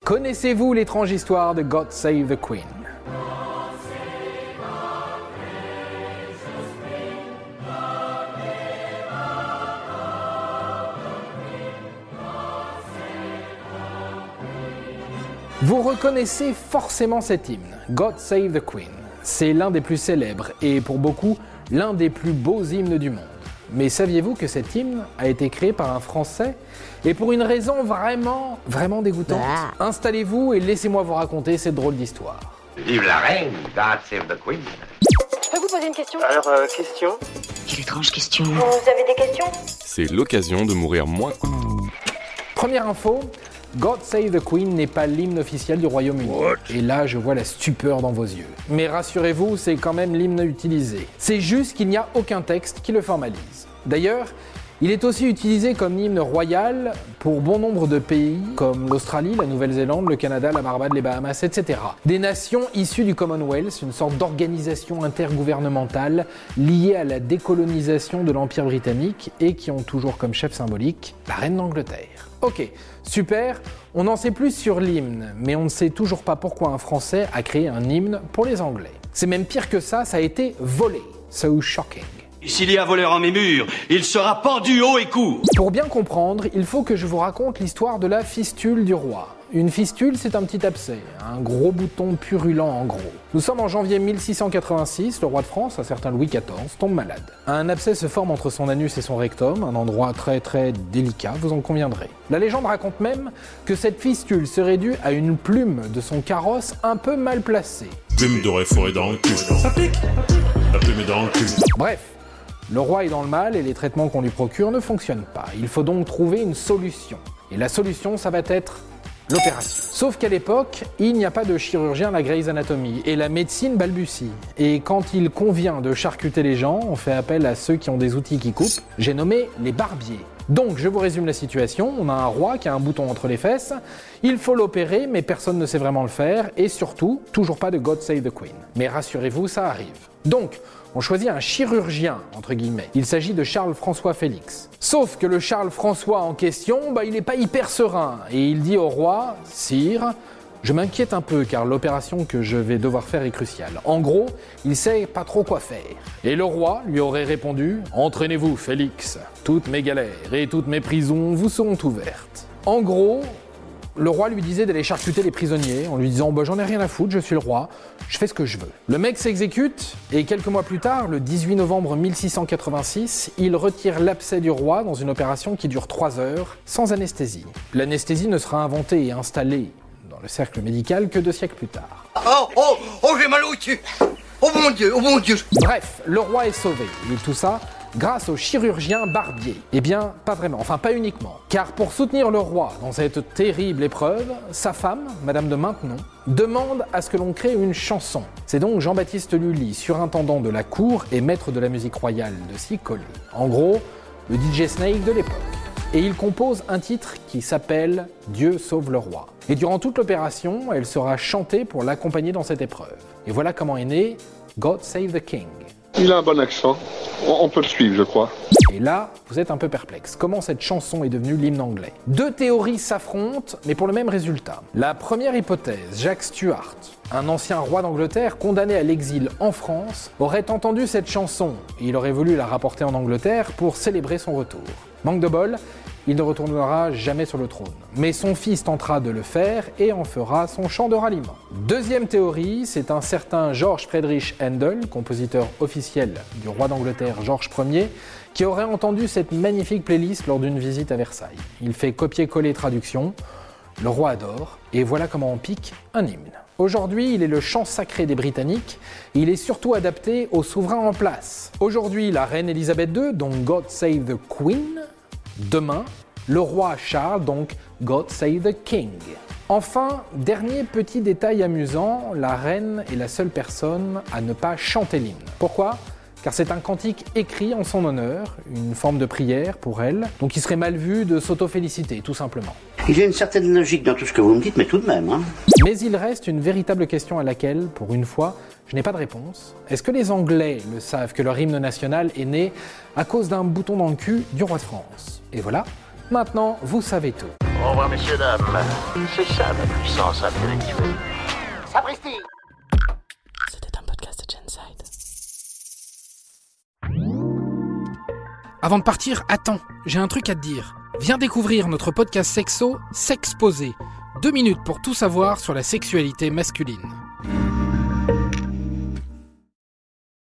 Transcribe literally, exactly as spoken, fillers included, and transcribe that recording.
Connaissez-vous l'étrange histoire de God Save the Queen ? Vous reconnaissez forcément cet hymne, God Save the Queen. C'est l'un des plus célèbres et pour beaucoup, l'un des plus beaux hymnes du monde. Mais saviez-vous que cet hymne a été créé par un Français et pour une raison vraiment, vraiment dégoûtante ? Ah. Installez-vous et laissez-moi vous raconter cette drôle d'histoire. Vive la reine, God Save the Queen. Je peux vous poser une question ? Alors, euh, question ? Quelle étrange question ? Vous avez des questions ? C'est l'occasion de mourir moins. Première info, God Save the Queen n'est pas l'hymne officiel du Royaume-Uni. What ? Et là, je vois la stupeur dans vos yeux. Mais rassurez-vous, c'est quand même l'hymne utilisé. C'est juste qu'il n'y a aucun texte qui le formalise. D'ailleurs, il est aussi utilisé comme hymne royal pour bon nombre de pays, comme l'Australie, la Nouvelle-Zélande, le Canada, la Barbade, les Bahamas, et cetera. Des nations issues du Commonwealth, une sorte d'organisation intergouvernementale liée à la décolonisation de l'Empire britannique et qui ont toujours comme chef symbolique la reine d'Angleterre. Ok, super, on en sait plus sur l'hymne, mais on ne sait toujours pas pourquoi un Français a créé un hymne pour les Anglais. C'est même pire que ça, ça a été volé. So shocking. S'il y a voleur en mes murs, il sera pendu haut et court. Pour bien comprendre, il faut que je vous raconte l'histoire de la fistule du roi. Une fistule, c'est un petit abcès, un gros bouton purulent en gros. Nous sommes en janvier mille six cent quatre-vingt-six, le roi de France, un certain Louis quatorze, tombe malade. Un abcès se forme entre son anus et son rectum, un endroit très très délicat, vous en conviendrez. La légende raconte même que cette fistule serait due à une plume de son carrosse un peu mal placée. Plume d'oreille forêt dans le cul. Ça pique. La plume est dans le cul. Bref. Le roi est dans le mal et les traitements qu'on lui procure ne fonctionnent pas. Il faut donc trouver une solution. Et la solution, ça va être l'opération. Sauf qu'à l'époque, il n'y a pas de chirurgien à la Grey's Anatomy et la médecine balbutie. Et quand il convient de charcuter les gens, on fait appel à ceux qui ont des outils qui coupent. J'ai nommé les barbiers. Donc, je vous résume la situation. On a un roi qui a un bouton entre les fesses. Il faut l'opérer, mais personne ne sait vraiment le faire. Et surtout, toujours pas de God Save the Queen. Mais rassurez-vous, ça arrive. Donc, on choisit un chirurgien, entre guillemets. Il s'agit de Charles-François Félix. Sauf que le Charles-François en question, bah, il n'est pas hyper serein. Et il dit au roi, « Sire, je m'inquiète un peu car l'opération que je vais devoir faire est cruciale. En gros, il sait pas trop quoi faire. » Et le roi lui aurait répondu, « Entraînez-vous, Félix. Toutes mes galères et toutes mes prisons vous seront ouvertes. » En gros, le roi lui disait d'aller charcuter les prisonniers en lui disant bah, « J'en ai rien à foutre, je suis le roi, je fais ce que je veux. » Le mec s'exécute et quelques mois plus tard, le dix-huit novembre mille six cent quatre-vingt-six, il retire l'abcès du roi dans une opération qui dure trois heures, sans anesthésie. L'anesthésie ne sera inventée et installée dans le cercle médical que deux siècles plus tard. Oh, oh, oh, j'ai mal au cul. Oh mon Dieu, oh mon Dieu. Bref, le roi est sauvé. Et tout ça grâce au chirurgien barbier. Eh bien, pas vraiment, enfin pas uniquement. Car pour soutenir le roi dans cette terrible épreuve, sa femme, Madame de Maintenon, demande à ce que l'on crée une chanson. C'est donc Jean-Baptiste Lully, surintendant de la cour et maître de la musique royale, de s'y coller. En gros, le D J Snake de l'époque. Et il compose un titre qui s'appelle « Dieu sauve le roi ». Et durant toute l'opération, elle sera chantée pour l'accompagner dans cette épreuve. Et voilà comment est né « God Save the King ». Il a un bon accent, on peut le suivre je crois. Et là, vous êtes un peu perplexe. Comment cette chanson est devenue l'hymne anglais ? Deux théories s'affrontent, mais pour le même résultat. La première hypothèse, Jacques Stuart, un ancien roi d'Angleterre condamné à l'exil en France, aurait entendu cette chanson et il aurait voulu la rapporter en Angleterre pour célébrer son retour. Manque de bol, il ne retournera jamais sur le trône. Mais son fils tentera de le faire et en fera son chant de ralliement. Deuxième théorie, c'est un certain George Friedrich Handel, compositeur officiel du roi d'Angleterre Georges Ier, qui aurait entendu cette magnifique playlist lors d'une visite à Versailles. Il fait copier-coller traduction, le roi adore, et voilà comment on pique un hymne. Aujourd'hui, il est le chant sacré des Britanniques, et il est surtout adapté aux souverains en place. Aujourd'hui, la reine Elisabeth deux, donc God Save the Queen. Demain, le roi Charles, donc God Save the King. Enfin, dernier petit détail amusant, la reine est la seule personne à ne pas chanter l'hymne. Pourquoi ? Car c'est un cantique écrit en son honneur, une forme de prière pour elle, donc il serait mal vu de s'auto-féliciter, tout simplement. Il y a une certaine logique dans tout ce que vous me dites, mais tout de même, hein. Mais il reste une véritable question à laquelle, pour une fois, je n'ai pas de réponse. Est-ce que les Anglais le savent que leur hymne national est né à cause d'un bouton dans le cul du roi de France ? Et voilà, maintenant vous savez tout. Au revoir, messieurs, dames. C'est ça, ma puissance intellectuelle. Sapristi! C'était un podcast de Genside. Avant de partir, attends, j'ai un truc à te dire. Viens découvrir notre podcast sexo, S'exposer. Deux minutes pour tout savoir sur la sexualité masculine.